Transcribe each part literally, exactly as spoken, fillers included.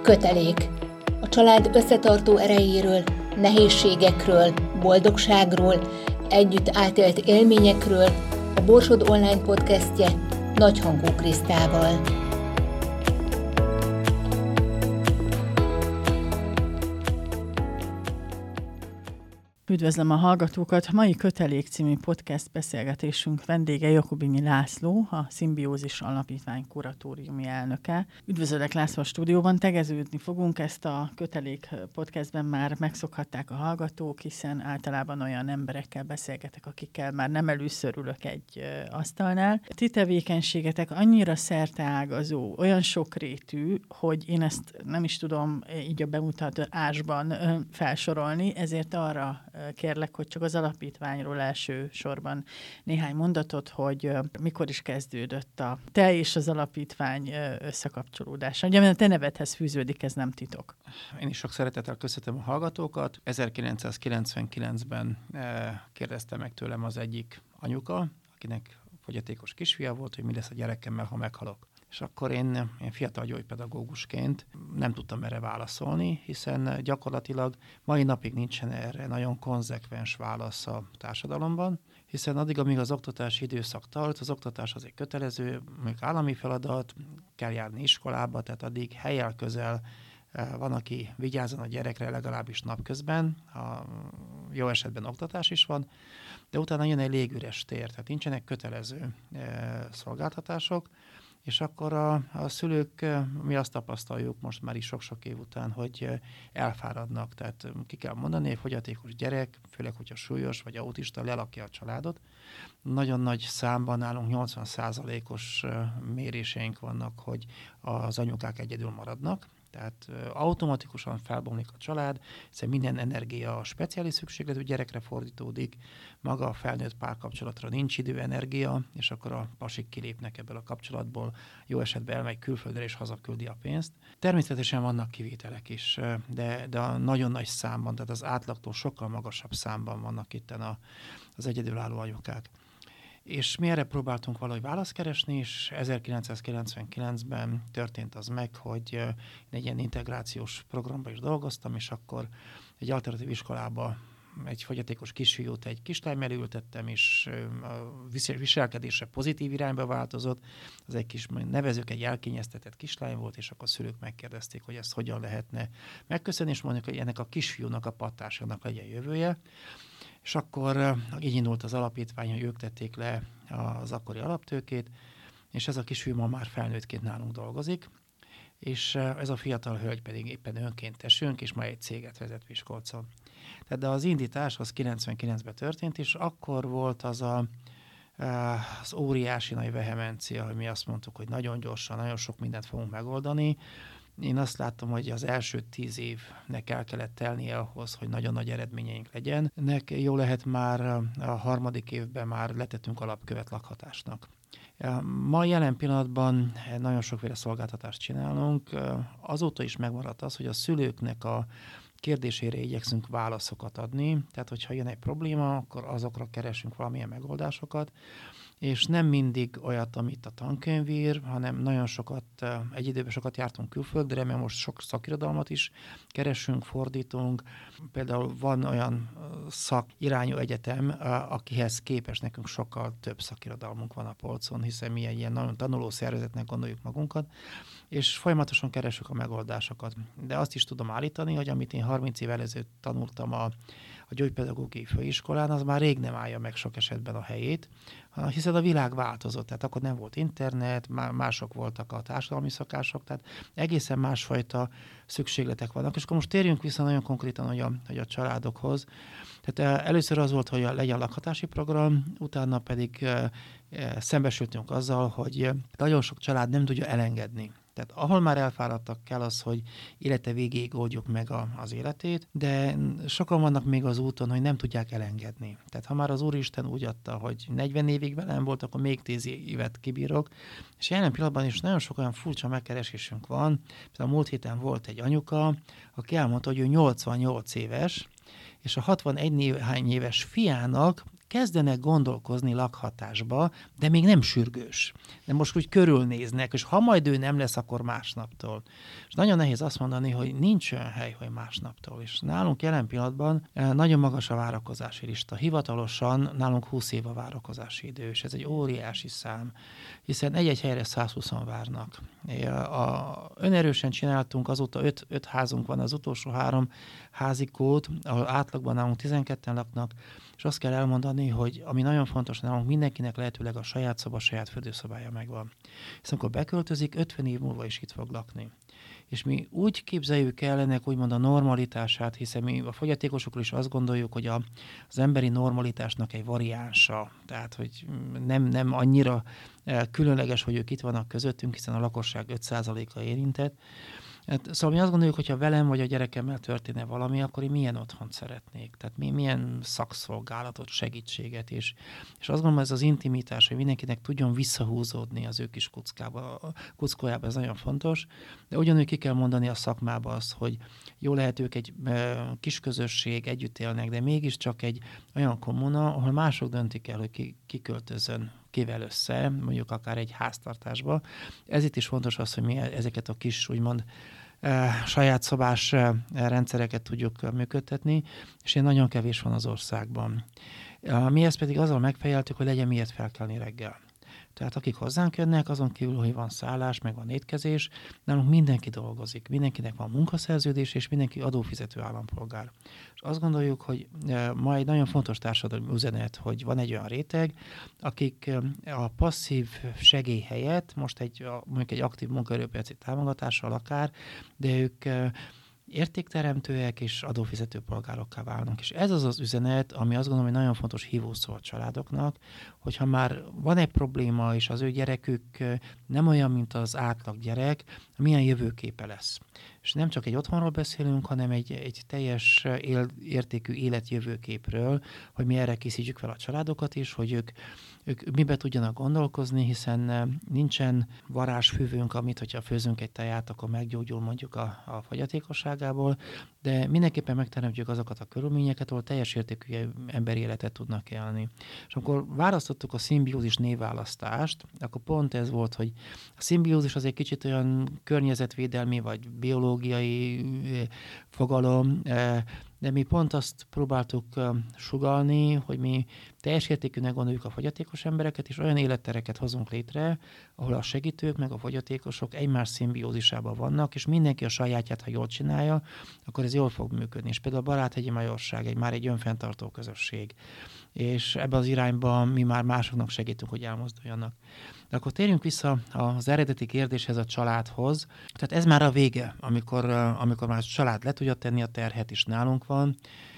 Kötelék. A család összetartó erejéről, nehézségekről, boldogságról, együtt átélt élményekről a Borsod Online podcastje Nagyhangú Krisztával. Üdvözlöm a hallgatókat! Mai Kötelék című podcast beszélgetésünk vendége Jakubinyi László, a Szimbiózis Alapítvány kuratóriumi elnöke. Üdvözöllek, László, a stúdióban. Tegeződni fogunk, ezt a Kötelék podcastben már megszokhatták a hallgatók, hiszen általában olyan emberekkel beszélgetek, akikkel már nem először ülök egy asztalnál. Ti tevékenységetek annyira szerteágazó, olyan sokrétű, hogy én ezt nem is tudom így a bemutatásban felsorolni, ezért arra kérlek, hogy csak az alapítványról első sorban néhány mondatot, hogy mikor is kezdődött a te és az alapítvány összekapcsolódása. Ugye a te nevedhez fűződik, ez nem titok. Én is sok szeretettel köszöntöm a hallgatókat. ezerkilencszázkilencvenkilencben kérdezte meg tőlem az egyik anyuka, akinek fogyatékos kisfia volt, hogy mi lesz a gyerekemmel, ha meghalok. És akkor én, én fiatal gyógypedagógusként nem tudtam erre válaszolni, hiszen gyakorlatilag mai napig nincsen erre nagyon konzekvens válasz a társadalomban, hiszen addig, amíg az oktatási időszak tart, az oktatás azért kötelező, még állami feladat, kell járni iskolába, tehát addig helyel közel van, aki vigyázzon a gyerekre legalábbis napközben, a jó esetben oktatás is van, de utána jön egy légüres tér, tehát nincsenek kötelező szolgáltatások, és akkor a, a szülők, mi azt tapasztaljuk most már is sok-sok év után, hogy elfáradnak. Tehát ki kell mondani, hogy fogyatékos gyerek, főleg, hogyha súlyos vagy autista, lelakja a családot. Nagyon nagy számban nálunk nyolcvan százalékos méréseink vannak, hogy az anyukák egyedül maradnak. Tehát automatikusan felbomlik a család, hiszen minden energia a speciális szükségletű gyerekre fordítódik, maga a felnőtt párkapcsolatra nincs idő, energia, és akkor a pasik kilépnek ebből a kapcsolatból, jó esetben elmegy külföldre és hazaküldi a pénzt. Természetesen vannak kivételek is, de, de a nagyon nagy számban, tehát az átlagtól sokkal magasabb számban vannak itten a, az egyedülálló anyukák. És mi erre próbáltunk valahogy választ keresni, és ezerkilencszázkilencvenkilencben történt az meg, hogy én egy ilyen integrációs programban is dolgoztam, és akkor egy alternatív iskolába egy fogyatékos kisfiút egy kislány mellé ültettem, és a viselkedése pozitív irányba változott. Az egy kis, nevezők egy elkényeztetett kislány volt, és akkor a szülők megkérdezték, hogy ezt hogyan lehetne megköszönni, és mondjuk, hogy ennek a kisfiúnak, a pattásának legyen jövője. És akkor így indult az alapítvány, hogy ők tették le az akkori alaptőkét, és ez a kisfiú ma már felnőttként nálunk dolgozik, és ez a fiatal hölgy pedig éppen önkéntesünk, és már egy céget vezet Miskolcon. Tehát de az indítás az kilencvenkilencben történt, és akkor volt az a, az óriási nagy vehemencia, hogy mi azt mondtuk, hogy nagyon gyorsan, nagyon sok mindent fogunk megoldani. Én azt láttam, hogy az első tíz évnek el kellett telnie ahhoz, hogy nagyon nagy eredményeink legyen. Nek jó lehet már a harmadik évben már letettünk alapkövet lakhatásnak. Ma jelen pillanatban nagyon sokféle szolgáltatást csinálunk. Azóta is megmaradt az, hogy a szülőknek a kérdésére igyekszünk válaszokat adni. Tehát, hogyha jön egy probléma, akkor azokra keresünk valamilyen megoldásokat. És nem mindig olyat, amit a tankönyv ír, hanem nagyon sokat, egy időben sokat jártunk külföldre, mert most sok szakirodalmat is keresünk, fordítunk. Például van olyan szakirányú egyetem, akihez képes nekünk sokkal több szakirodalmunk van a polcon, hiszen mi egy ilyen nagyon tanuló szervezetnek gondoljuk magunkat, és folyamatosan keresünk a megoldásokat. De azt is tudom állítani, hogy amit én harminc év előtt tanultam a a gyógypedagógiai főiskolán, az már rég nem állja meg sok esetben a helyét, hiszen a világ változott, tehát akkor nem volt internet, mások voltak a társadalmi szokások, tehát egészen másfajta szükségletek vannak. És akkor most térjünk vissza nagyon konkrétan, hogy a, hogy a családokhoz. Tehát először az volt, hogy legyen lakhatási program, utána pedig szembesültünk azzal, hogy nagyon sok család nem tudja elengedni. Tehát ahol már elfáradtak, kell az, hogy élete végéig oldjuk meg a, az életét, de sokan vannak még az úton, hogy nem tudják elengedni. Tehát ha már az Úristen úgy adta, hogy negyven évig velem volt, akkor még tíz évet kibírok, és jelen pillanatban is nagyon sok olyan furcsa megkeresésünk van. Például a múlt héten volt egy anyuka, aki elmondta, hogy ő nyolcvannyolc éves, és a hatvanegy néhány éves fiának kezdenek gondolkozni lakhatásba, de még nem sürgős. De most úgy körülnéznek, és ha majd ő nem lesz, akkor másnaptól. És nagyon nehéz azt mondani, hogy nincs olyan hely, hogy másnaptól. És nálunk jelen pillanatban nagyon magas a várakozási lista. Hivatalosan nálunk húsz év a várakozási idő, és ez egy óriási szám, hiszen egy-egy helyre százhúszan várnak. A, önerősen csináltunk, azóta öt, öt házunk van, az utolsó három házikót, ahol átlagban nálunk tizenketten laknak, és azt kell elmondani, hogy ami nagyon fontos nálunk, mindenkinek lehetőleg a saját szoba, saját fürdőszobája megvan. Hiszen amikor beköltözik, ötven év múlva is itt fog lakni. És mi úgy képzeljük el ennek úgymond a normalitását, hiszen mi a fogyatékosokról is azt gondoljuk, hogy a, az emberi normalitásnak egy variánsa. Tehát, hogy nem, nem annyira különleges, hogy ők itt vannak közöttünk, hiszen a lakosság öt százaléka érintett. Hát, szóval mi azt gondoljuk, hogyha velem vagy a gyerekemmel történne valami, akkor én milyen otthont szeretnék. Tehát mi, milyen szakszolgálatot, segítséget. És, és azt gondolom, ez az intimitás, hogy mindenkinek tudjon visszahúzódni az ő kis kuckába, kuckójába, ez nagyon fontos. De ugyanúgy ki kell mondani a szakmába azt, hogy jó lehet ők egy e, kis közösség, együtt élnek, de mégiscsak egy olyan kommuna, ahol mások döntik el, hogy ki, ki költözön kivel össze, mondjuk akár egy háztartásba. Ez itt is fontos az, hogy mi ezeket a kis, úgymond, e, saját szobás e, rendszereket tudjuk működtetni, és ilyen nagyon kevés van az országban. E, mi ezt pedig azzal megfejeltük, hogy legyen miért felkelni reggel. Tehát akik hozzánk jönnek, azon kívül, hogy van szállás, meg van étkezés, nálunk mindenki dolgozik, mindenkinek van munkaszerződés, és mindenki adófizető állampolgár. És azt gondoljuk, hogy ma egy nagyon fontos társadalmi üzenet, hogy van egy olyan réteg, akik a passzív segély helyett, most egy, mondjuk egy aktív munkaerőpiaci támogatással akár, de ők értékteremtőek és adófizető polgárokká válnak. És ez az az üzenet, ami azt gondolom, hogy nagyon fontos hívószó a családoknak, hogyha már van egy probléma, és az ő gyerekük nem olyan, mint az átlag gyerek, milyen jövőképe lesz. És nem csak egy otthonról beszélünk, hanem egy, egy teljes él, értékű életjövőképről, hogy mi erre készítjük fel a családokat is, hogy ők, ők mibe tudjanak gondolkozni, hiszen nincsen varázsfüvőnk, amit, hogyha főzünk egy teját, akkor meggyógyul mondjuk a, a fogyatékosságából, de mindenképpen megteremtjük azokat a körülményeket, ahol teljes értékű emberi életet tudnak élni. És amikor választottuk a szimbiózis névválasztást, akkor pont ez volt, hogy a szimbiózis az egy kicsit olyan környezetvédelmi vagy biológiai fogalom, de mi pont azt próbáltuk sugallni, hogy mi teljes értékűnek gondoljuk a fogyatékos embereket, és olyan élettereket hozunk létre, ahol a segítők meg a fogyatékosok egymás szimbiózisában vannak, és mindenki a sajátját, ha jól csinálja, akkor ez jól fog működni. És például a Baráthegyi Majorság egy, már egy önfenntartó közösség, és ebben az irányban mi már másoknak segítünk, hogy elmozduljanak. De akkor térjünk vissza az eredeti kérdéshez, a családhoz. Tehát ez már a vége, amikor, amikor már a család le tudja tenni a terhet, is nálunk van,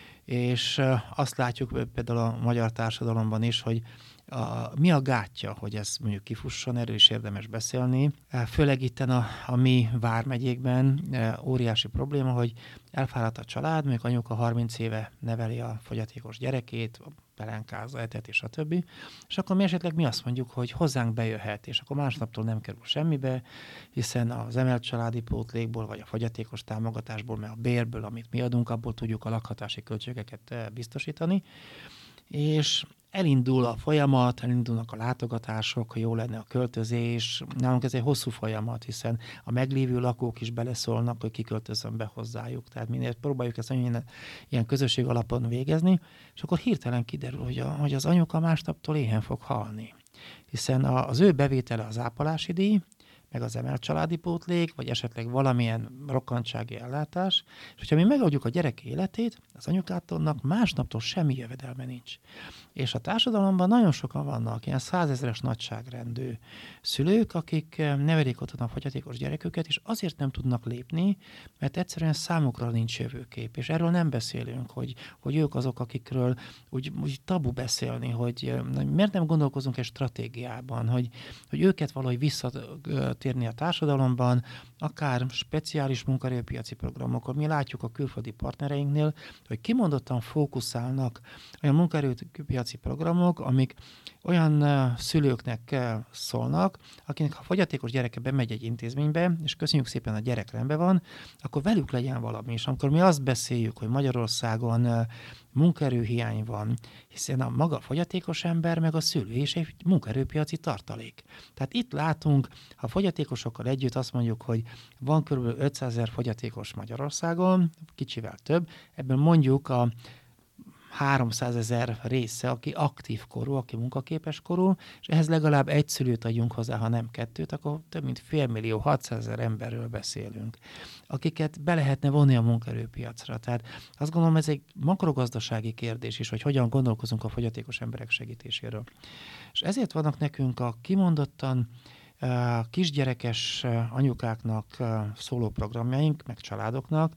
és azt látjuk például a magyar társadalomban is, hogy a, mi a gátja, hogy ez mondjuk kifusson, erről is érdemes beszélni. Főleg itten a, a mi vármegyékben óriási probléma, hogy elfáradt a család, mondjuk anyuka harminc éve neveli a fogyatékos gyerekét, pelenkázza, eteti, stb. És akkor mi esetleg mi azt mondjuk, hogy hozzánk bejöhet, és akkor másnaptól nem kerül semmibe, hiszen az emelt családi pótlékból, vagy a fogyatékos támogatásból, mert a bérből, amit mi adunk, abból tudjuk a lakhatási költségeket biztosítani. És elindul a folyamat, elindulnak a látogatások, ha jó lenne a költözés. Nálunk ez egy hosszú folyamat, hiszen a meglévő lakók is beleszólnak, hogy kiköltözön be hozzájuk. Tehát minél próbáljuk ezt ilyen, ilyen közösség alapon végezni, és akkor hirtelen kiderül, hogy, a, hogy az anyuka másnaptól éhen fog halni. Hiszen a, az ő bevétele az ápolási díj, meg az emelt családi pótlék, vagy esetleg valamilyen rokkantsági ellátás, és hogyha mi megadjuk a gyerek életét, az anyukátónak másnaptól semmi jövedelme nincs. És a társadalomban nagyon sokan vannak ilyen százezres nagyságrendű szülők, akik nevelik otthon a fogyatékos gyereküket, és azért nem tudnak lépni, mert egyszerűen számukra nincs jövőkép. És erről nem beszélünk, hogy, hogy ők azok, akikről úgy, úgy tabu beszélni, hogy, hogy miért nem gondolkozunk egy stratégiában, hogy, hogy őket valahogy vissza visszatérni a társadalomban, akár speciális munkaerőpiaci programokon. Mi látjuk a külföldi partnereinknél, hogy kimondottan fókuszálnak olyan munkaerőpiaci programok, amik olyan szülőknek szólnak, akinek ha fogyatékos gyereke bemegy egy intézménybe, és köszönjük szépen, a gyerek rendben van, akkor velük legyen valami. És amikor mi azt beszéljük, hogy Magyarországon munkaerőhiány van, hiszen a maga fogyatékos ember, meg a szülő is egy munkaerőpiaci tartalék. Tehát itt látunk, ha fogyatékosokkal együtt azt mondjuk, hogy van kb. ötszázezer fogyatékos Magyarországon, kicsivel több, ebből mondjuk a háromszázezer része, aki aktív korú, aki munkaképes korú, és ehhez legalább egy szülőt adjunk hozzá, ha nem kettőt, akkor több mint félmillió, hatszázezer emberről beszélünk, akiket be lehetne vonni a munkaerőpiacra. Tehát azt gondolom, ez egy makrogazdasági kérdés is, hogy hogyan gondolkozunk a fogyatékos emberek segítéséről. És ezért vannak nekünk a kimondottan kisgyerekes anyukáknak szóló programjaink, meg családoknak,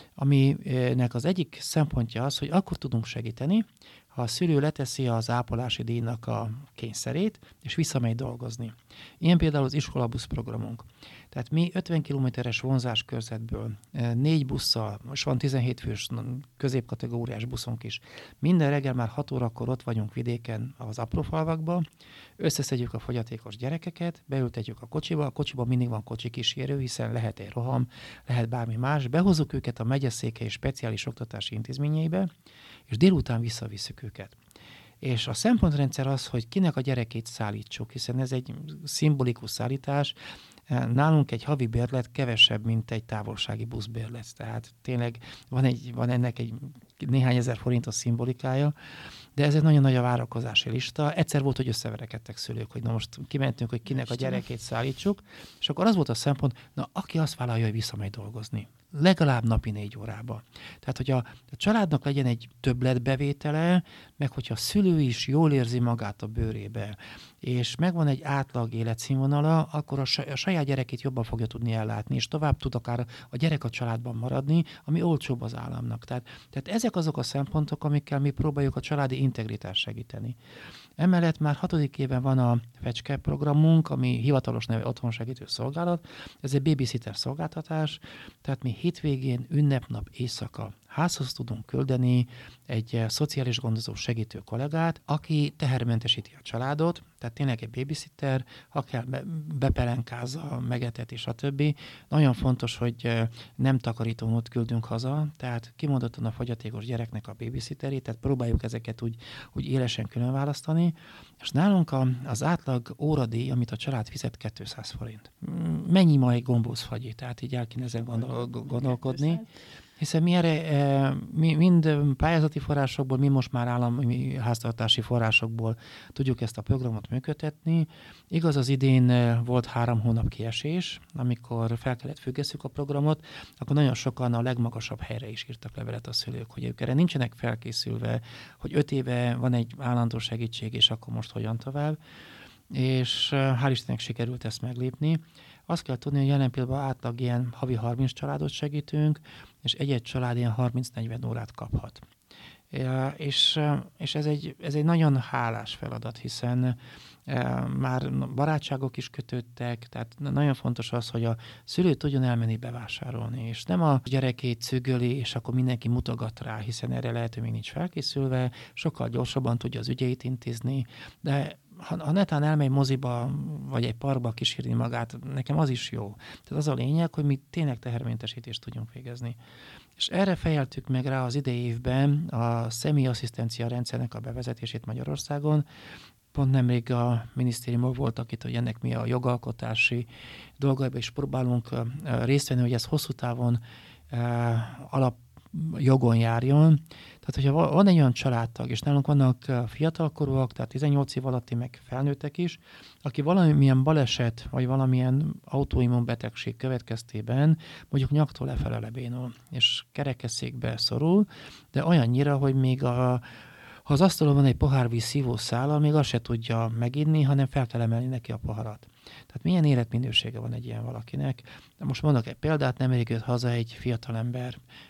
aminek az egyik szempontja az, hogy akkor tudunk segíteni, ha a szülő leteszi az ápolási díjnak a kényszerét, és visszamegy dolgozni. Ilyen például az iskolabusz programunk. Tehát mi ötven kilométeres vonzáskörzetből négy busszal, most van tizenhét fős középkategóriás buszunk is, minden reggel már hat órakor ott vagyunk vidéken az apró falvakba, összeszedjük a fogyatékos gyerekeket, beültetjük a kocsiba, a kocsiban mindig van kocsikísérő, hiszen lehet egy roham, lehet bármi más, behozzuk őket a megyeszékhely speciális oktatási intézményeibe, és délután visszavisszük őket. És a szempontrendszer az, hogy kinek a gyerekét szállítsuk, hiszen ez egy szimbolikus szállítás. Nálunk egy havi bérlet kevesebb, mint egy távolsági buszbérlet. Tehát tényleg van, egy, van ennek egy néhány ezer forintos szimbolikája, de ez egy nagyon nagy a várakozási lista. Egyszer volt, hogy összeverekedtek szülők, hogy na most kimentünk, hogy kinek a gyerekét szállítsuk, és akkor az volt a szempont, na aki azt vállalja, hogy visszamegy dolgozni. Legalább napi négy órába. Tehát, hogy a, a családnak legyen egy többletbevétele, meg hogyha a szülő is jól érzi magát a bőrébe, és megvan egy átlag életszínvonala, akkor a saját gyerekét jobban fogja tudni ellátni, és tovább tud akár a gyerek a családban maradni, ami olcsóbb az államnak. Tehát, tehát ezek azok a szempontok, amikkel mi próbáljuk a családi integritást segíteni. Emellett már hatodik éven van a Fecske programunk, ami hivatalos neve Otthonsegítő Szolgálat. Ez egy babysitter szolgáltatás, tehát mi hétvégén, ünnepnap, éjszaka házhoz tudunk küldeni egy szociális gondozó segítő kollégát, aki tehermentesíti a családot, tehát tényleg egy babysitter, ha kell be, bepelenkázza, megetet és a többi. Nagyon fontos, hogy nem takarítónót küldünk haza, tehát kimondottan a fogyatékos gyereknek a babysitterét, tehát próbáljuk ezeket úgy, úgy élesen külön választani, és nálunk a, az átlag óradíj, amit a család fizet, kétszáz forint. Mennyi ma egy gombózfagyi? Tehát így el kéne ezen gondol, gondolkodni. Hiszen mi erre, mi mind pályázati forrásokból, mi most már állami háztartási forrásokból tudjuk ezt a programot működtetni. Igaz, az idén volt három hónap kiesés, amikor fel kellett függesszük a programot, akkor nagyon sokan a legmagasabb helyre is írtak levelet a szülők, hogy ők erre nincsenek felkészülve, hogy öt éve van egy állandó segítség, és akkor most hogyan tovább. És hál' Istennek sikerült ezt meglépni. Azt kell tudni, hogy jelen pillanatban átlag ilyen havi harminc családot segítünk, és egy-egy család ilyen harminc-negyven órát kaphat. És, és ez, egy, ez egy nagyon hálás feladat, hiszen már barátságok is kötődtek, tehát nagyon fontos az, hogy a szülő tudjon elmenni bevásárolni, és nem a gyerekét szögöli, és akkor mindenki mutogat rá, hiszen erre lehet, hogy még nincs felkészülve, sokkal gyorsabban tudja az ügyeit intézni, de ha, ha netán elmegy moziba, vagy egy parkba kísérni magát, nekem az is jó. Tehát az a lényeg, hogy mi tényleg tehermentesítést tudjunk végezni. És erre fejeltük meg rá az idei évben a személyasszisztencia rendszernek a bevezetését Magyarországon. Pont nemrég a minisztériumban voltak itt, hogy ennek mi a jogalkotási dolgaiba is próbálunk részt venni, hogy ez hosszú távon alap jogon járjon. Tehát, hogyha van egy olyan családtag, és nálunk vannak fiatalkorúak, tehát tizennyolc év alatti, meg felnőttek is, aki valamilyen baleset, vagy valamilyen autoimmunbetegség következtében mondjuk nyaktól lefele lebénul, és kerekesszékbe szorul, de olyannyira, hogy még a ha az asztalon van egy pohár víz szívószállal, még azt se tudja meginni, hanem fel kell emelni neki a poharat. Tehát milyen életminősége van egy ilyen valakinek. De most mondok egy példát, nemrég jött haza egy fiatalember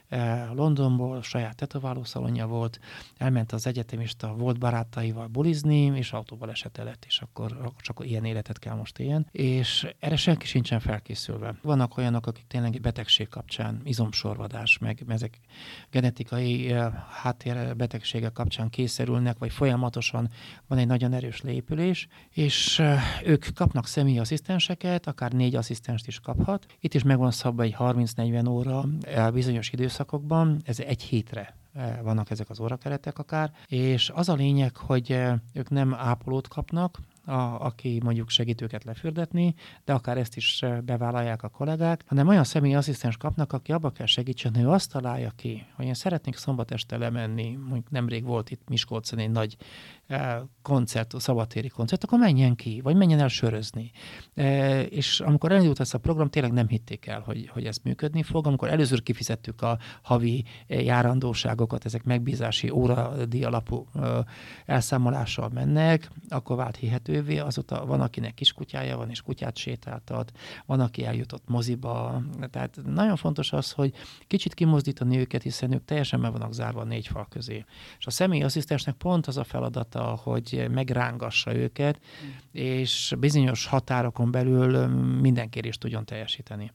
Londonból, saját tetoválószalonja volt, elment az egyetemista, volt barátaival bulizni, és autóval esete lett, és akkor csak ilyen életet kell most éljen. És erre senki sincsen felkészülve. Vannak olyanok, akik tényleg betegség kapcsán, izomsorvadás, meg ezek genetikai háttérbetegségek kapcsán készülnek, vagy folyamatosan van egy nagyon erős leépülés, és ők kapnak személyi asszisztenseket, akár négy asszisztenst is kaphat. Itt is megvan szabva egy harminc-negyven óra bizonyos időszakokban, ez egy hétre vannak ezek az órakeretek akár, és az a lényeg, hogy ők nem ápolót kapnak, a, aki mondjuk segít őket lefürdetni, de akár ezt is bevállalják a kollégák, hanem olyan személyi asszisztens kapnak, aki abba kell segítsen, hogy ő azt találja ki, hogy én szeretnék szombat este lemenni, mondjuk nemrég volt itt Miskolcon egy nagy koncert, szabadtéri koncert, akkor menjen ki, vagy menjen el sörözni. E, és amikor elindult ez a program, tényleg nem hitték el, hogy, hogy ez működni fog. Amikor először kifizettük a havi járandóságokat, ezek megbízási óradíj alapú e, elszámolással mennek, akkor vált hihetővé. Azóta van, akinek kiskutyája van, és kutyát sétáltat, van, aki eljutott moziba. Tehát nagyon fontos az, hogy kicsit kimozdítani őket, hiszen ők teljesen meg vannak zárva a négy fal közé. És a személyi asszisztensnek pont az a feladata, hogy megrángassa őket, mm. és bizonyos határokon belül minden kérést tudjon teljesíteni.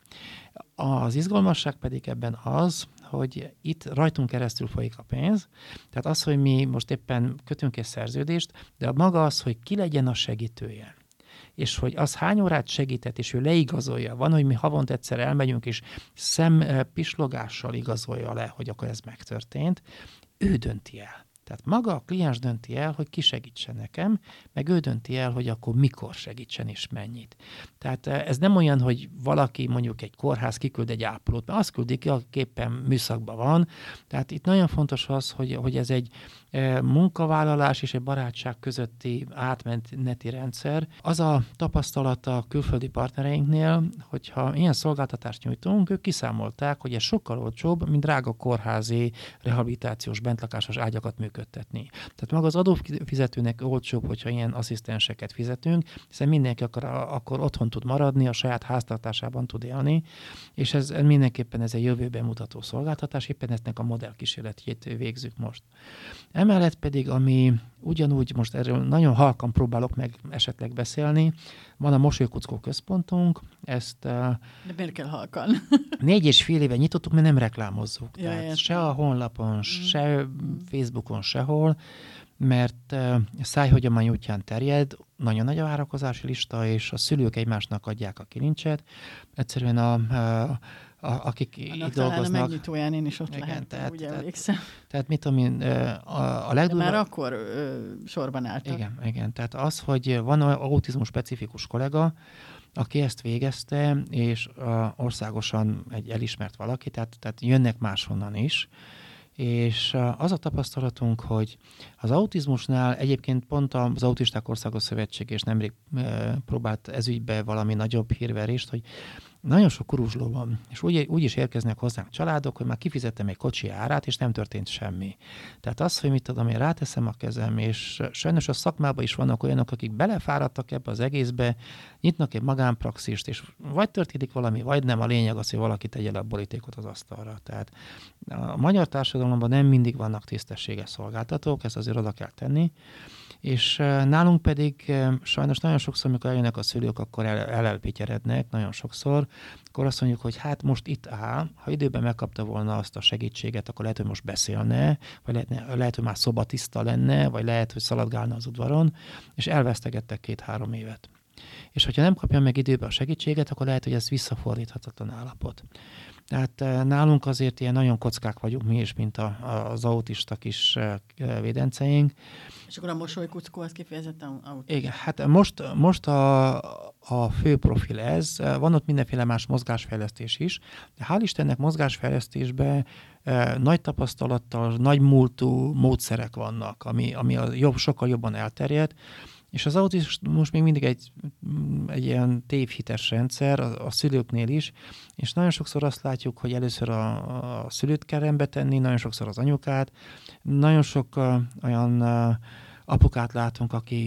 Az izgalmasság pedig ebben az, hogy itt rajtunk keresztül folyik a pénz, tehát az, hogy mi most éppen kötünk egy szerződést, de maga az, hogy ki legyen a segítője, és hogy az hány órát segített, és ő leigazolja. Van, hogy mi havont egyszer elmegyünk, és szempislogással igazolja le, hogy akkor ez megtörtént, ő dönti el. Tehát maga a kliens dönti el, hogy ki segítsen nekem, meg ő dönti el, hogy akkor mikor segítsen és mennyit. Tehát ez nem olyan, hogy valaki mondjuk egy kórház kiküld egy ápolót, mert azt küldik ki, aki éppen műszakban van. Tehát itt nagyon fontos az, hogy, hogy ez egy munkavállalás és egy barátság közötti átmeneti rendszer. Az a tapasztalata a külföldi partnereinknél, hogyha ilyen szolgáltatást nyújtunk, ők kiszámolták, hogy ez sokkal olcsóbb, mint drága kórházi, rehabilitációs, bentlakásos ágyakat működtetni. Tehát maga az adófizetőnek olcsóbb, hogyha ilyen asszisztenseket fizetünk, hiszen mindenki akkor, akkor otthon tud maradni, a saját háztartásában tud élni, és ez mindenképpen ez egy jövőben mutató szolgáltatás, éppen ennek a modellkísérletét végzük most. Emellett pedig, ami ugyanúgy, most erről nagyon halkan próbálok meg esetleg beszélni, van a Mosolykuckó központunk, ezt... De miért kell halkan? Négy és fél éve nyitottuk, mert nem reklámozzuk. Ja, Tehát se a honlapon, mm. se Facebookon, sehol, mert uh, szájhagyomány útján terjed, nagyon nagy a várakozási lista, és a szülők egymásnak adják a kilincset. Egyszerűen a, a, a, akik annak itt dolgoznak... a megnyitóján én is ott igen, lehettem, tehát, úgy tehát, emlékszem. Tehát mit tudom én, a, a legdurvább... De már akkor ö, sorban álltak. Igen, igen, tehát az, hogy van autizmus specifikus kollega, aki ezt végezte, és uh, országosan egy elismert valaki, tehát, tehát jönnek máshonnan is, és uh, az a tapasztalatunk, hogy az autizmusnál egyébként pont az Autisták Országos Szövetség és nemrég uh, próbált ezügybe valami nagyobb hírverést, hogy nagyon sok kuruzsló van, és úgy, úgy is érkeznek hozzánk családok, hogy már kifizettem egy kocsi árát, és nem történt semmi. Tehát az, hogy mit tudom, én ráteszem a kezem, és sajnos a szakmában is vannak olyanok, akik belefáradtak ebbe az egészbe, nyitnak egy magánpraxist, és vagy történik valami, vagy nem. A lényeg az, hogy valaki tegye le a borítékot az asztalra. Tehát a magyar társadalomban nem mindig vannak tisztességes szolgáltatók, ezt azért oda kell tenni, és nálunk pedig sajnos nagyon sokszor, amikor eljönnek a szülők, akkor el, elelpityerednek, nagyon sokszor, akkor azt mondjuk, hogy hát most itt áll, ha időben megkapta volna azt a segítséget, akkor lehet, hogy most beszélne, vagy lehet, lehet hogy már szobatiszta lenne, vagy lehet, hogy szaladgálna az udvaron, és elvesztegettek két-három évet. És hogyha nem kapja meg időben a segítséget, akkor lehet, hogy ez visszafordíthatatlan állapot. Tehát nálunk azért ilyen nagyon kockák vagyunk mi is, mint a, az autista kis védenceink. És akkor a Mosolykuckó az kifejezetten autista? Igen, hát most, most a, a fő profil ez, van ott mindenféle más mozgásfejlesztés is, de hál' Istennek mozgásfejlesztésben e, nagy tapasztalattal, nagy múltú módszerek vannak, ami, ami a jobb, sokkal jobban elterjedt. És az autizmus még mindig egy, egy ilyen tévhites rendszer a, a szülőknél is, és nagyon sokszor azt látjuk, hogy először a, a szülőt kell rendbe tenni, nagyon sokszor az anyukát, nagyon sok uh, olyan uh, apukát látunk, aki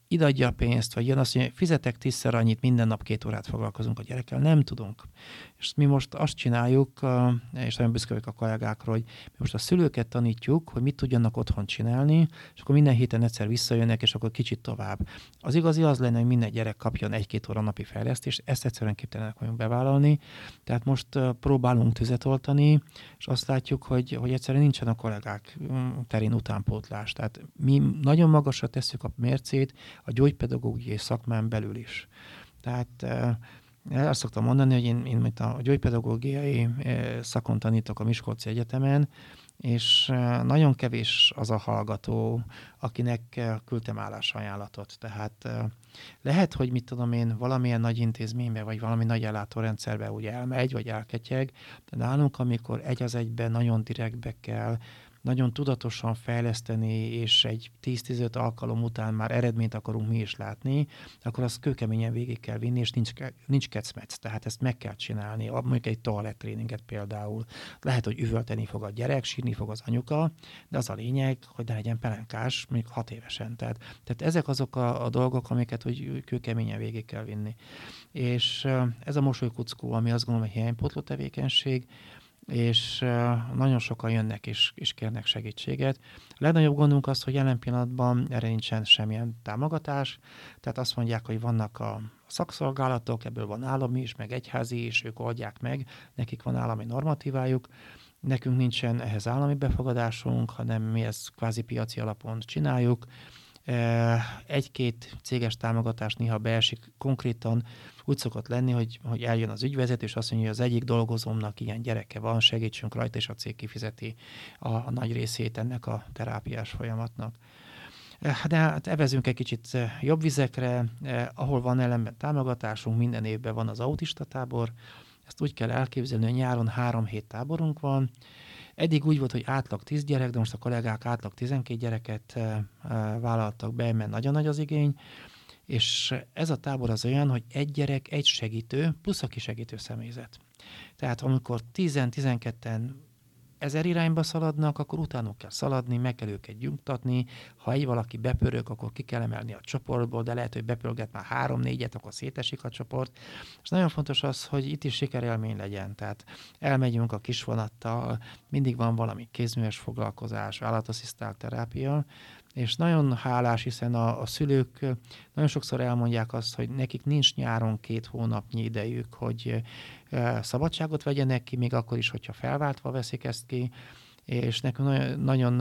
ideadja a pénzt, vagy jön azt mondja, fizetek tízszer annyit, minden nap két órát foglalkozunk a gyerekkel. Nem tudunk. És mi most azt csináljuk, és nagyon büszke vagyok a kollégákra, hogy mi most a szülőket tanítjuk, hogy mit tudjanak otthon csinálni, és akkor minden héten egyszer visszajönnek, és akkor kicsit tovább. Az igazi az lenne, hogy minden gyerek kapjon egy-két óra napi fejlesztést, ezt egyszerűen képtelenek vagyunk bevállalni. Tehát most próbálunk tüzet oltani, és azt látjuk, hogy, hogy egyszerűen nincsen a kollégák terén utánpótlás. Tehát mi nagyon magasra tesszük a mércét a gyógypedagógiai szakmán belül is. Tehát azt szoktam mondani, hogy én, én a gyógypedagógiai szakon tanítok a Miskolci Egyetemen, és nagyon kevés az a hallgató, akinek küldtem állásajánlatot. Tehát lehet, hogy mit tudom én, valamilyen nagy intézménybe, vagy valami nagy ellátórendszerbe úgy elmegy, vagy elketyeg, de nálunk, amikor egy az egyben nagyon direktbe kell, nagyon tudatosan fejleszteni, és egy tíz-tizenöt alkalom után már eredményt akarunk mi is látni, akkor azt kőkeményen végig kell vinni, és nincs, nincs kecmec. Tehát ezt meg kell csinálni. Mondjuk egy toalettréninget például. Lehet, hogy üvölteni fog a gyerek, sírni fog az anyuka, de az a lényeg, hogy ne legyen pelenkás, még hat évesen. Tehát, tehát ezek azok a, a dolgok, amiket úgy kőkeményen végig kell vinni. És ez a mosolykuckó, ami azt gondolom, hogy hiánypótló tevékenység, és nagyon sokan jönnek és, és kérnek segítséget. A legnagyobb gondunk az, hogy jelen pillanatban erre nincsen semmilyen támogatás, tehát azt mondják, hogy vannak a szakszolgálatok, ebből van állami is, meg egyházi is, ők oldják meg, nekik van állami normatívájuk, nekünk nincsen ehhez állami befogadásunk, hanem mi ezt kvázi piaci alapon csináljuk. Egy-két céges támogatás néha beesik, konkrétan úgy szokott lenni, hogy, hogy eljön az ügyvezető, és azt mondja, hogy az egyik dolgozómnak ilyen gyereke van, segítsünk rajta, és a cég kifizeti a, a nagy részét ennek a terápiás folyamatnak. De hát evezünk egy kicsit jobb vizekre, ahol van ellenben támogatásunk, minden évben van az autista tábor, ezt úgy kell elképzelni, hogy nyáron három hét táborunk van. Eddig úgy volt, hogy átlag tíz gyerek, de most a kollégák átlag tizenkét gyereket vállaltak be, mert nagyon nagy az igény, és ez a tábor az olyan, hogy egy gyerek, egy segítő, plusz a kisegítő személyzet. Tehát amikor tíz-tizenketten ezer irányba szaladnak, akkor utánuk kell szaladni, meg kell őket nyugtatni. Ha egy valaki bepörög, akkor ki kell emelni a csoportból, de lehet, hogy bepörget már három-négyet, akkor szétesik a csoport. És nagyon fontos az, hogy itt is sikerélmény legyen. Tehát elmegyünk a kisvonattal, mindig van valami kézműves foglalkozás, állatasszisztált terápia, és nagyon hálás, hiszen a, a szülők nagyon sokszor elmondják azt, hogy nekik nincs nyáron két hónapnyi idejük, hogy e, szabadságot vegyenek ki, még akkor is, hogyha felváltva veszik ezt ki, és nekünk nagyon, nagyon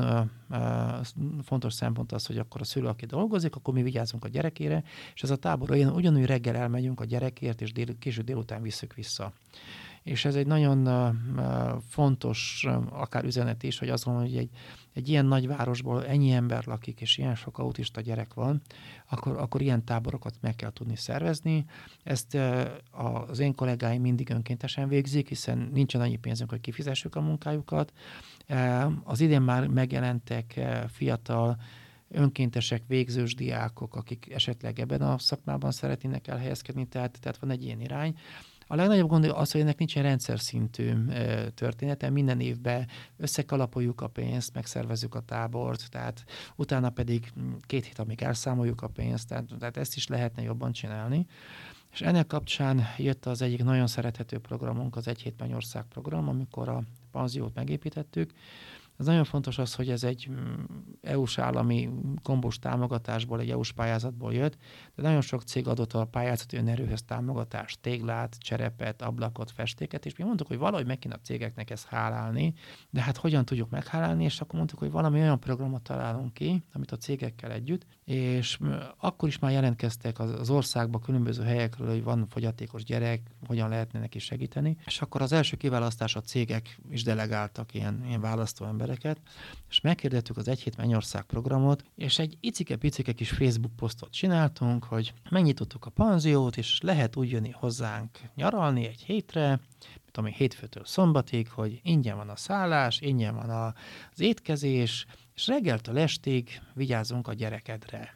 e, fontos szempont az, hogy akkor a szülő, aki dolgozik, akkor mi vigyázunk a gyerekére, és ez a tábor olyan, ugyanúgy reggel elmegyünk a gyerekért, és dél, késő délután visszük vissza. És ez egy nagyon uh, fontos, uh, akár üzenet is, hogy azt gondolom, hogy egy, egy ilyen nagy városból ennyi ember lakik, és ilyen sok autista gyerek van, akkor, akkor ilyen táborokat meg kell tudni szervezni. Ezt uh, az én kollégáim mindig önkéntesen végzik, hiszen nincsen annyi pénzünk, hogy kifizessük a munkájukat. Uh, az idén már megjelentek uh, fiatal önkéntesek, végzős diákok, akik esetleg ebben a szakmában szeretnének elhelyezkedni, tehát, tehát van egy ilyen irány. A legnagyobb gond az, hogy ennek nincsen rendszer szintű története. Minden évben összekalapoljuk a pénzt, megszervezzük a tábort, tehát utána pedig két hét, amíg elszámoljuk a pénzt, tehát, tehát ezt is lehetne jobban csinálni. És ennek kapcsán jött az egyik nagyon szerethető programunk, az Egy Hét Mennyország program, amikor a panziót megépítettük. Ez nagyon fontos az, hogy ez egy é u-s állami kombos támogatásból, egy é u-s pályázatból jött, de nagyon sok cég adott a pályázati önerőhöz támogatást, téglát, cserepet, ablakot, festéket, és mi mondtuk, hogy valahogy meg kéne a cégeknek ezt hálálni, de hát hogyan tudjuk meghálálni, és akkor mondtuk, hogy valami olyan programot találunk ki, amit a cégekkel együtt, és akkor is már jelentkeztek az országban különböző helyekről, hogy van fogyatékos gyerek, hogyan lehetne neki segíteni, és akkor az első kiválasztás a cégek is delegáltak ilyen, ilyen választó embereket, és megkérdettük az Egy Hét Mennyország programot, és egy icike-picike kis Facebook posztot csináltunk, hogy megnyitottuk a panziót, és lehet úgy jönni hozzánk nyaralni egy hétre, ami hétfőtől szombatig, hogy ingyen van a szállás, ingyen van a, az étkezés, és reggeltől estig vigyázzunk a gyerekedre.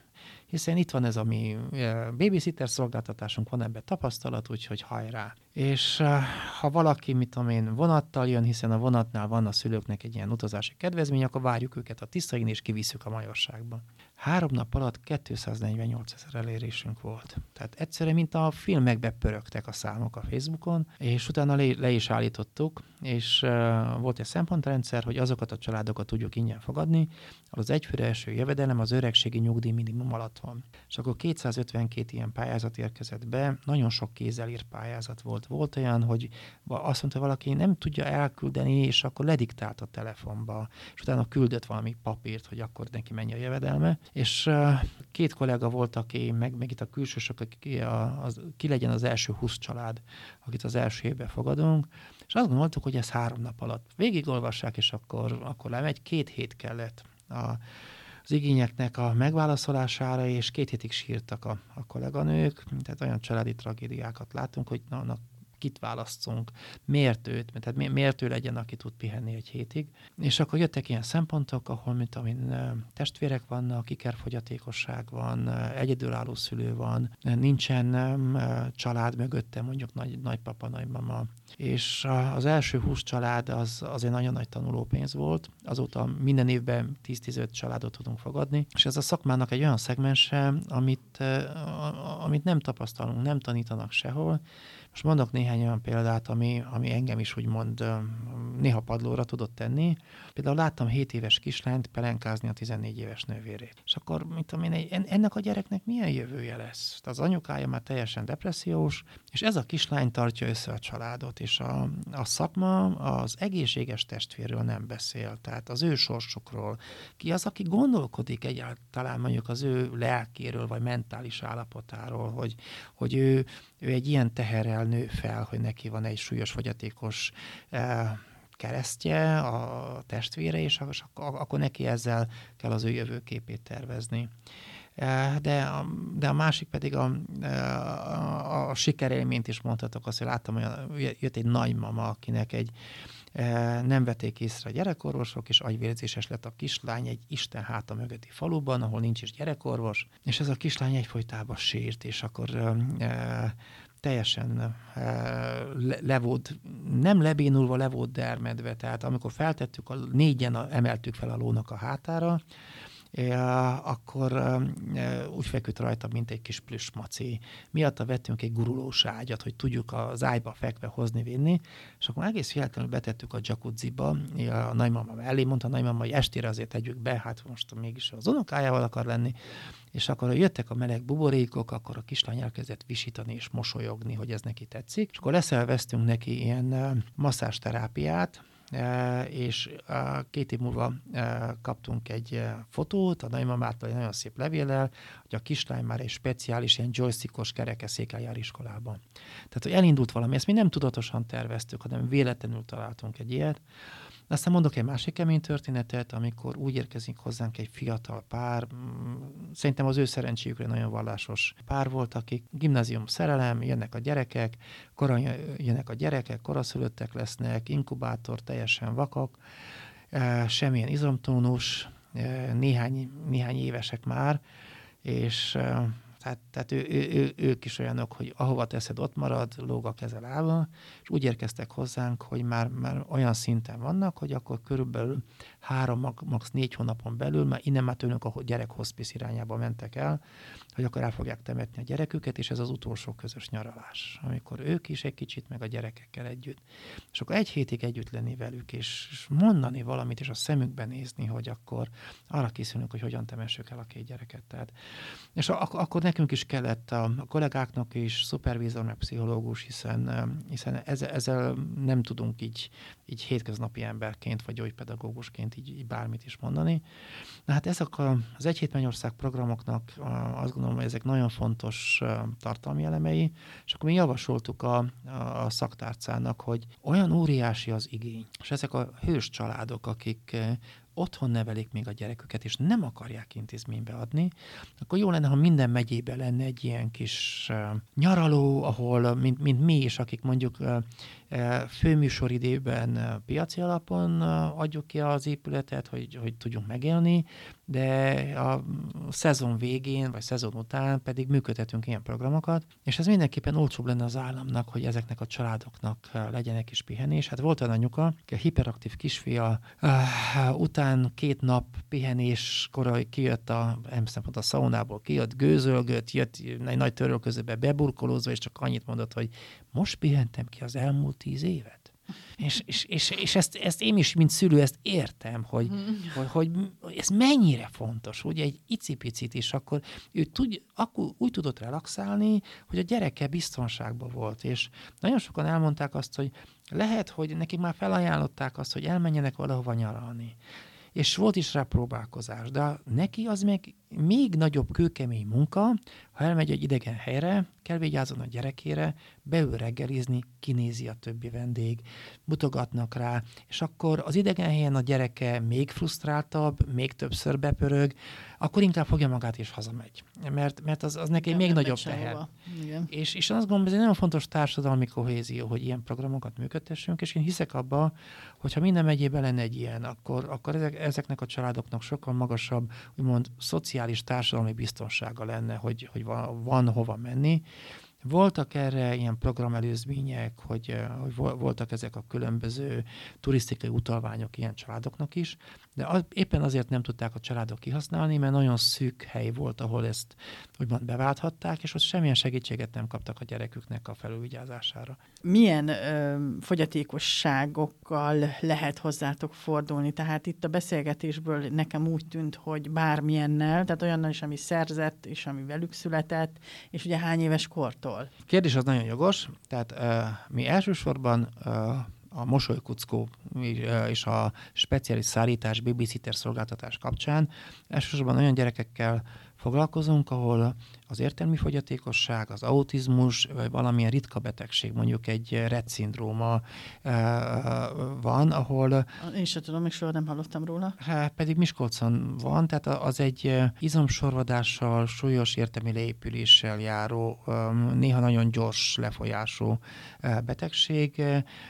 hiszen itt van ez a mi babysitter szolgáltatásunk, van ebben tapasztalat, úgyhogy hajrá. És ha valaki, mit tudom én, vonattal jön, hiszen a vonatnál van a szülőknek egy ilyen utazási kedvezmény, akkor várjuk őket a Tiszain, és kivisszük a Majorságba. Három nap alatt kétszáznegyvennyolc ezer elérésünk volt. Tehát egyszerűen, mint a filmekbe pörögtek a számok a Facebookon, és utána le, le is állítottuk, és uh, volt egy szempontrendszer, hogy azokat a családokat tudjuk ingyen fogadni, az egyfőre eső jövedelem az öregségi nyugdíj minimum alatt van. És akkor kétszázötvenkét ilyen pályázat érkezett be, nagyon sok kézzel írt pályázat volt. Volt olyan, hogy azt mondta valaki, nem tudja elküldeni, és akkor lediktált a telefonba, és utána küldött valami papírt, hogy akkor neki mennyi a jövedelme. És uh, két kollega volt, aki, meg, meg itt a külsősök, aki a, az, ki legyen az első húsz család, akit az első évben fogadunk, és azt gondoltuk, hogy ez három nap alatt végigolvassák, és akkor, akkor lemegy. Két hét kellett a, az igényeknek a megválaszolására, és két hétig sírtak a, a kolléganők, tehát olyan családi tragédiákat látunk, hogy na, na kit választunk, miért őt, tehát mi, miért ő legyen, aki tud pihenni egy hétig. És akkor jöttek ilyen szempontok, ahol, mint amin testvérek vannak, ikerfogyatékosság van, egyedülálló szülő van, nincsen család mögötte, mondjuk nagy, nagypapa, nagymama. És az első húsz család az azért nagyon nagy tanulópénz volt, azóta minden évben tíz-tizenöt családot tudunk fogadni, és ez a szakmának egy olyan szegmense, amit, amit nem tapasztalunk, nem tanítanak sehol. Most mondok néhány olyan példát, ami, ami engem is úgymond néha padlóra tudott tenni. Például láttam hét éves kislányt pelenkázni a tizennégy éves nővérét. És akkor, mit tudom én, ennek a gyereknek milyen jövője lesz? Az anyukája már teljesen depressziós, és ez a kislány tartja össze a családot, és a, a szakma az egészséges testvérről nem beszél, tehát az ő sorsukról. Ki az, aki gondolkodik egyáltalán mondjuk az ő lelkéről, vagy mentális állapotáról, hogy, hogy ő, ő egy ilyen teherrel nő fel, hogy neki van egy súlyos fogyatékos eh, keresztje, a testvére, és akkor neki ezzel kell az ő jövőképét tervezni. De a, de a másik pedig a, a, a sikerélményt is mondhatok, azt, hogy láttam, hogy jött egy nagymama, akinek egy nem vették észre a gyerekorvosok, és agyvérzéses lett a kislány egy Isten háta mögötti faluban, ahol nincs is gyerekorvos, és ez a kislány egyfolytában sírt, és akkor e, teljesen e, le, le volt, nem lebénulva, le volt dermedve, tehát amikor feltettük, a négyen a, emeltük fel a lónak a hátára, Uh, akkor uh, úgy feküdt rajta, mint egy kis plüss maci. Miatta vettünk egy gurulós ágyat, hogy tudjuk az ágyba fekve hozni, vinni, és akkor egész véletlenül betettük a jacuzziba, a nagymama mellé, mondta a nagymama, hogy estére azért tegyük be, hát most mégis az unokájával akar lenni, és akkor jöttek a meleg buborékok, akkor a kislány elkezdett visítani és mosolyogni, hogy ez neki tetszik, és akkor leszelveztünk neki ilyen uh, masszásterápiát, Uh, és uh, két év múlva uh, kaptunk egy uh, fotót a nagymamától egy nagyon szép levéllel, hogy a kislány már egy speciális ilyen joystickos kerekesszékkel jár iskolában. Tehát, hogy elindult valami, ezt mi nem tudatosan terveztük, hanem véletlenül találtunk egy ilyet. Aztán mondok egy másik kemény történetet, amikor úgy érkezik hozzánk egy fiatal pár, szerintem az ő szerencséjükre nagyon vallásos pár volt, akik gimnázium szerelem, jönnek a gyerekek, koran jönnek a gyerekek, koraszülöttek lesznek, inkubátor, teljesen vakak, semmilyen izomtónus, néhány, néhány évesek már, és Tehát, tehát ő, ő, ő, ők is olyanok, hogy ahova teszed, ott marad, lóg a kezel állva, és úgy érkeztek hozzánk, hogy már, már olyan szinten vannak, hogy akkor körülbelül három, max. négy hónapon belül, már innen már tőlünk a gyerek hospice irányába mentek el, hogy akkor el fogják temetni a gyereküket, és ez az utolsó közös nyaralás, amikor ők is egy kicsit, meg a gyerekekkel együtt. És akkor egy hétig együtt lenni velük, és mondani valamit, és a szemükben nézni, hogy akkor arra készülünk, hogy hogyan temessük el a két gyereket. Tehát, és ak- akkor nekünk is kellett a, a kollégáknak is, szupervízor, meg pszichológus, hiszen, hiszen ezzel, ezzel nem tudunk így, így hétköznapi emberként, vagy gyógypedagógusként így, így bármit is mondani. Na hát ezek a, az Egy Hét Mennyország programoknak azt gondolom, hogy ezek nagyon fontos tartalmi elemei, és akkor mi javasoltuk a, a szaktárcának, hogy olyan óriási az igény, és ezek a hős családok, akik otthon nevelik még a gyereküket, és nem akarják intézménybe adni, akkor jó lenne, ha minden megyében lenne egy ilyen kis uh, nyaraló, ahol, mint, mint mi is, akik mondjuk uh, Főműsoridőben piaci alapon adjuk ki az épületet, hogy, hogy tudjunk megélni, de a szezon végén, vagy szezon után pedig működtetünk ilyen programokat, és ez mindenképpen olcsóbb lenne az államnak, hogy ezeknek a családoknak legyenek is pihenés. Hát volt olyan anyuka, a hiperaktív kisfia uh, után két nap pihenéskor kijött a, nem a szaunából, kijött, gőzölgött, jött egy nagy törölközőbe beburkolózva, és csak annyit mondott, hogy most pihentem ki az elmúlt tíz évet. És, és, és, és ezt, ezt én is, mint szülő, ezt értem, hogy, hmm. hogy, hogy ez mennyire fontos, ugye egy icipicit is, akkor ő tud, akkor úgy tudott relaxálni, hogy a gyereke biztonságban volt, és nagyon sokan elmondták azt, hogy lehet, hogy nekik már felajánlották azt, hogy elmenjenek valahova nyaralni. És volt is rá próbálkozás, de neki az meg még nagyobb kőkemény munka, ha elmegy egy idegen helyre, kell vigyázzon a gyerekére, beül reggelizni, kinézi a többi vendég, mutogatnak rá, és akkor az idegen helyen a gyereke még frusztráltabb, még többször bepörög, akkor inkább fogja magát és hazamegy. Mert, mert az, az neki még nagyobb teher. És, és azt gondolom, ez egy nagyon fontos társadalmi kohézió, hogy ilyen programokat működtessünk, és én hiszek abba, hogyha minden megyében lenne egy ilyen, akkor, akkor ezek, ezeknek a családoknak sokkal magasabb, úgymond szociális társadalmi biztonsága lenne, hogy, hogy van, van hova menni. Voltak erre ilyen programelőzmények, hogy, hogy voltak ezek a különböző turisztikai utalványok ilyen családoknak is, de az, éppen azért nem tudták a családok kihasználni, mert nagyon szűk hely volt, ahol ezt úgymond beválthatták, és ott semmilyen segítséget nem kaptak a gyereküknek a felülvigyázására. Milyen ö, fogyatékosságokkal lehet hozzátok fordulni? Tehát itt a beszélgetésből nekem úgy tűnt, hogy bármilyennel, tehát olyannal is, ami szerzett, és ami velük született, és ugye hány éves kortól? A kérdés az nagyon jogos, tehát uh, mi elsősorban uh, a mosolykuckó és a speciális szállítás, babysitter szolgáltatás kapcsán elsősorban olyan gyerekekkel foglalkozunk, ahol az értelmi fogyatékosság, az autizmus, vagy valamilyen ritka betegség, mondjuk egy Rett-szindróma van, ahol... Én sem tudom, még soha nem hallottam róla. Hát pedig Miskolcon van, tehát az egy izomsorvadással, súlyos értelmi leépüléssel járó, néha nagyon gyors lefolyású betegség,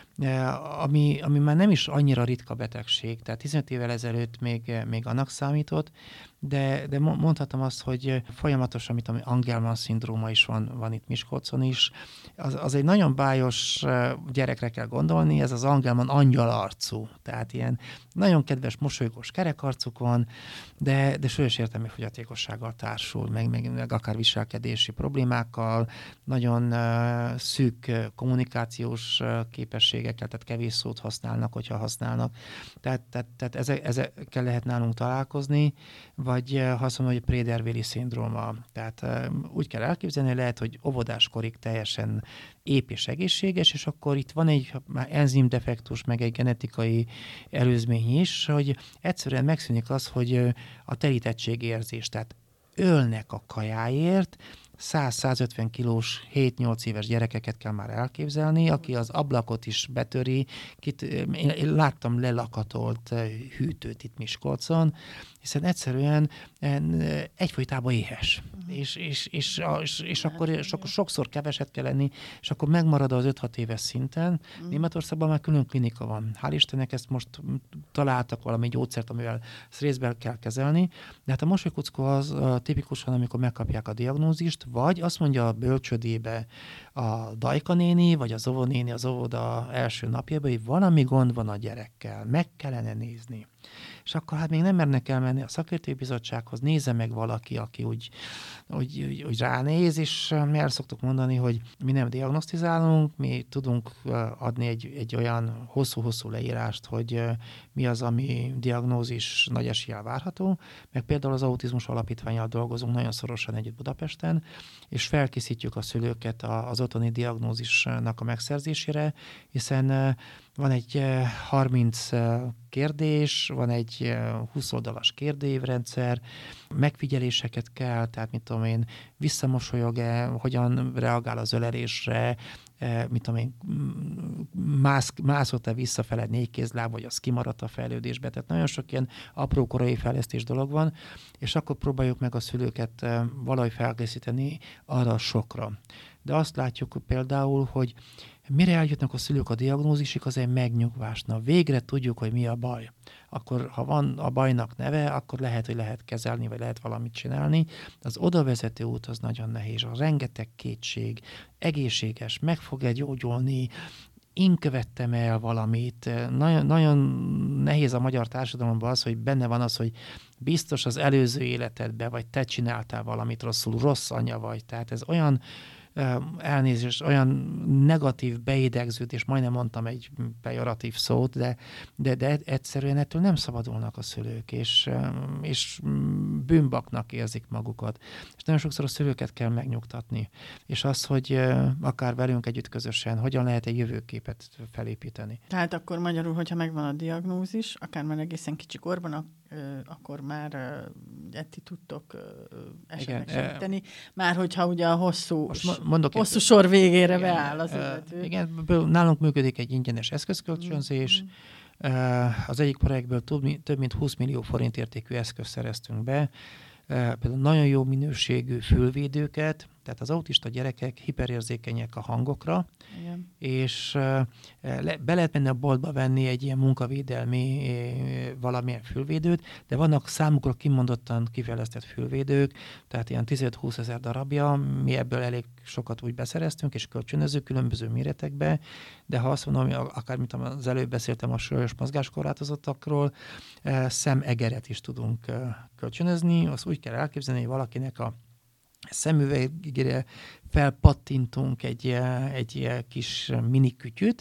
ami, ami már nem is annyira ritka betegség, tehát tizenöt évvel ezelőtt még, még annak számított, de, de mondhatom azt, hogy folyamatosan, amit ami Angelman-szindróma is van, van itt Miskolcon is, az, az egy nagyon bájos gyerekre kell gondolni, ez az Angelman angyalarcú, tehát ilyen nagyon kedves, mosolygós kerekarcuk van, de, de súlyos értelmi fogyatékossággal társul, meg, meg, meg akár viselkedési problémákkal, nagyon uh, szűk kommunikációs uh, képességekkel, tehát kevés szót használnak, hogyha használnak. Tehát, tehát, tehát ezek, ezekkel lehet nálunk találkozni, vagy uh, ha azt mondom, hogy Prader-Willi szindróma. Tehát uh, úgy kell elképzelni, hogy lehet, hogy óvodáskorig teljesen ép és egészséges, és akkor itt van egy enzimdefektus, meg egy genetikai előzmény is, hogy egyszerűen megszűnik az, hogy a terítettségérzés, tehát ölnek a kajáért, száz-százötven kilós hét-nyolc éves gyerekeket kell már elképzelni, aki az ablakot is betöri. Kit, én láttam lelakatolt hűtőt itt Miskolcon, hiszen egyszerűen egyfolytában éhes. Uh-huh. És, és, és, és, és akkor, és akkor sokszor keveset kell enni, és akkor megmarad az öt-hat éves szinten. Uh-huh. Németországban már külön klinika van. Hál' Istennek ezt most találtak valami gyógyszert, amivel ezt részben kell kezelni. De hát a mosolykuckó az a tipikusan, amikor megkapják a diagnózist, vagy azt mondja a bölcsödébe a Dajka néni, vagy az óvonéni az óvoda első napjában, hogy valami gond van a gyerekkel, meg kellene nézni. És akkor hát még nem mernek elmenni a szakértői bizottsághoz, nézze meg valaki, aki úgy, úgy, úgy, úgy ránéz, és mi el szoktuk mondani, hogy mi nem diagnosztizálunk, mi tudunk adni egy, egy olyan hosszú-hosszú leírást, hogy mi az, ami diagnózis nagy eséllyel várható, meg például az Autizmus Alapítvánnyal dolgozunk nagyon szorosan együtt Budapesten, és felkészítjük a szülőket az otthoni diagnózisnak a megszerzésére, hiszen van egy harminc kérdés, van egy húsz oldalas kérdőívrendszer, megfigyeléseket kell, tehát mit tudom én, visszamosolyog-e, hogyan reagál az ölelésre, mit tudom én, mász, mászott-e visszafele négy kézláb, vagy az kimaradt a fejlődésbe. Tehát nagyon sok ilyen apró korai fejlesztés dolog van, és akkor próbáljuk meg a szülőket valahogy felkészíteni arra a sokra. De azt látjuk például, hogy mire eljutnak a szülők a diagnózisig, az egy megnyugvás. Na, végre tudjuk, hogy mi a baj. Akkor, ha van a bajnak neve, akkor lehet, hogy lehet kezelni, vagy lehet valamit csinálni. Az oda vezető út az nagyon nehéz. A rengeteg kétség, egészséges, meg fog-e gyógyulni, én követtem el valamit. Nagyon, nagyon nehéz a magyar társadalomban az, hogy benne van az, hogy biztos az előző életedben, vagy te csináltál valamit rosszul, rossz anya vagy. Tehát ez olyan elnézést, olyan negatív beidegződés, majdnem mondtam egy pejoratív szót, de, de, de egyszerűen ettől nem szabadulnak a szülők, és, és bűnbaknak érzik magukat. És nagyon sokszor a szülőket kell megnyugtatni. És az, hogy akár velünk együtt közösen, hogyan lehet egy jövőképet felépíteni. Tehát akkor magyarul, hogyha megvan a diagnózis, akár már egészen kicsi korban, akkor már uh, ti tudtok uh, esetleg segíteni. Már hogyha ugye a hosszú, hosszú egy, sor végére igen, beáll az illető. Igen, nálunk működik egy ingyenes eszközkölcsönzés. Mm-hmm. Az egyik projektből több, több mint húsz millió forint értékű eszközt szereztünk be. Például nagyon jó minőségű fülvédőket, tehát az autista gyerekek hiperérzékenyek a hangokra, igen. és le, be lehet menni a boltba venni egy ilyen munkavédelmi valamilyen fülvédőt, de vannak számukra kimondottan kifejlesztett fülvédők, tehát ilyen tíz-húsz ezer darabja, mi ebből elég sokat úgy beszereztünk, és kölcsönöző különböző méretekbe, de ha azt mondom, akár mint az előbb beszéltem a súlyos mozgáskorlátozottakról, szemegeret is tudunk kölcsönözni, azt úgy kell elképzelni, hogy valakinek a szemüvegére felpattintunk egy, egy kis minikütyüt,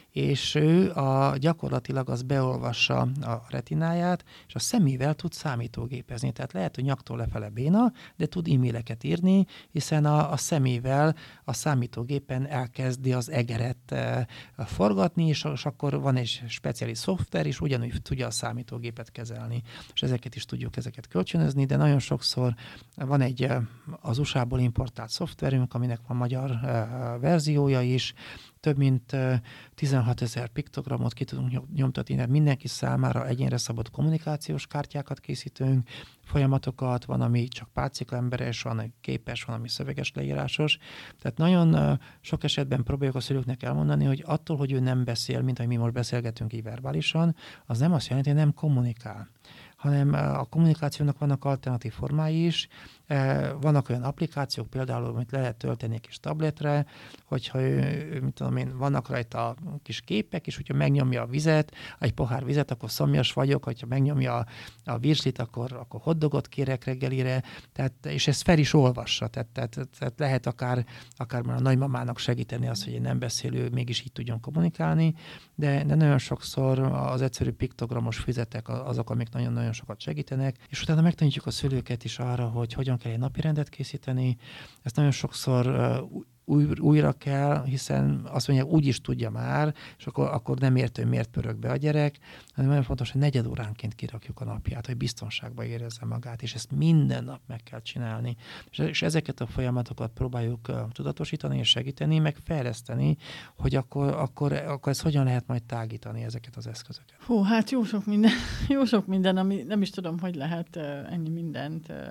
és ő a, gyakorlatilag az beolvassa a retináját, és a szemével tud számítógépezni. Tehát lehet, hogy nyaktól lefele béna, de tud e-maileket írni, hiszen a, a szemével a számítógépen elkezdi az egeret e, forgatni, és, és akkor van egy speciális szoftver, és ugyanúgy tudja a számítógépet kezelni. És ezeket is tudjuk ezeket kölcsönözni, de nagyon sokszor van egy az u es á-ból importált szoftverünk, aminek van magyar e, verziója is, több mint tizenhatezer piktogramot ki tudunk nyomtatni, mert mindenki számára egyénre szabott kommunikációs kártyákat készítünk, folyamatokat, van, ami csak pácika emberes, van, ami képes, van, ami szöveges leírásos. Tehát nagyon sok esetben próbáljuk a szülőknek elmondani, hogy attól, hogy ő nem beszél, mint ahogy mi most beszélgetünk így verbálisan, az nem azt jelenti, hogy nem kommunikál, hanem a kommunikációnak vannak alternatív formái is. Vannak olyan applikációk, például, amit le lehet tölteni egy kis tabletre, hogyha mit tudom én, vannak rajta kis képek, és hogyha megnyomja a vizet, egy pohár vizet, akkor szomjas vagyok, hogyha megnyomja a virslit, akkor, akkor hotdogot kérek reggelire, tehát, és ezt fel is olvassa, tehát, tehát, tehát lehet akár, akár már a nagymamának segíteni azt, hogy egy nem beszélő mégis így tudjon kommunikálni, de, de nagyon sokszor az egyszerű piktogramos füzetek azok, amik nagyon-nagyon sokat segítenek, és utána megtanítjuk a szülőket is arra, hogy hogyan kell egy napirendet készíteni. Ezt nagyon sokszor uh, új, újra kell, hiszen azt mondják, úgy is tudja már, és akkor, akkor nem értő, hogy miért pörög be a gyerek, hanem nagyon fontos, hogy negyed óránként kirakjuk a napját, hogy biztonságban érezze magát, és ezt minden nap meg kell csinálni. És, és ezeket a folyamatokat próbáljuk uh, tudatosítani és segíteni, meg fejleszteni, hogy akkor, akkor, akkor ezt hogyan lehet majd tágítani ezeket az eszközöket. Hú, hát jó sok minden, jó sok minden, ami nem is tudom, hogy lehet uh, ennyi mindent uh,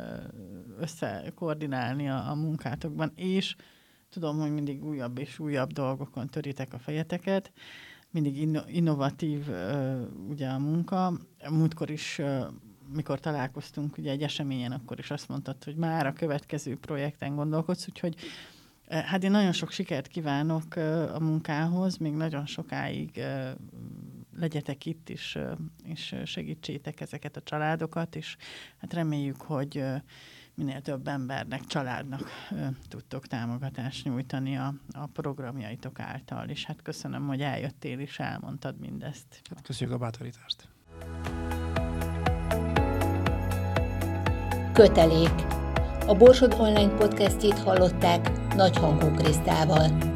összekoordinálni a, a munkátokban, és tudom, hogy mindig újabb és újabb dolgokon töritek a fejeteket, mindig inno- innovatív uh, ugye a munka. Múltkor is, uh, mikor találkoztunk ugye egy eseményen, akkor is azt mondtad, hogy már a következő projekten gondolkodsz, úgyhogy uh, hát én nagyon sok sikert kívánok uh, a munkához, még nagyon sokáig uh, legyetek itt is, uh, és segítsétek ezeket a családokat, és hát reméljük, hogy uh, minél több embernek, családnak ö, tudtok támogatást nyújtani a, a programjaitok által. És hát köszönöm, hogy eljöttél és elmondtad mindezt. Hát köszönjük a bátorítást. Kötelék. A Borsod Online podcastjét hallották Nagyhangú Krisztával.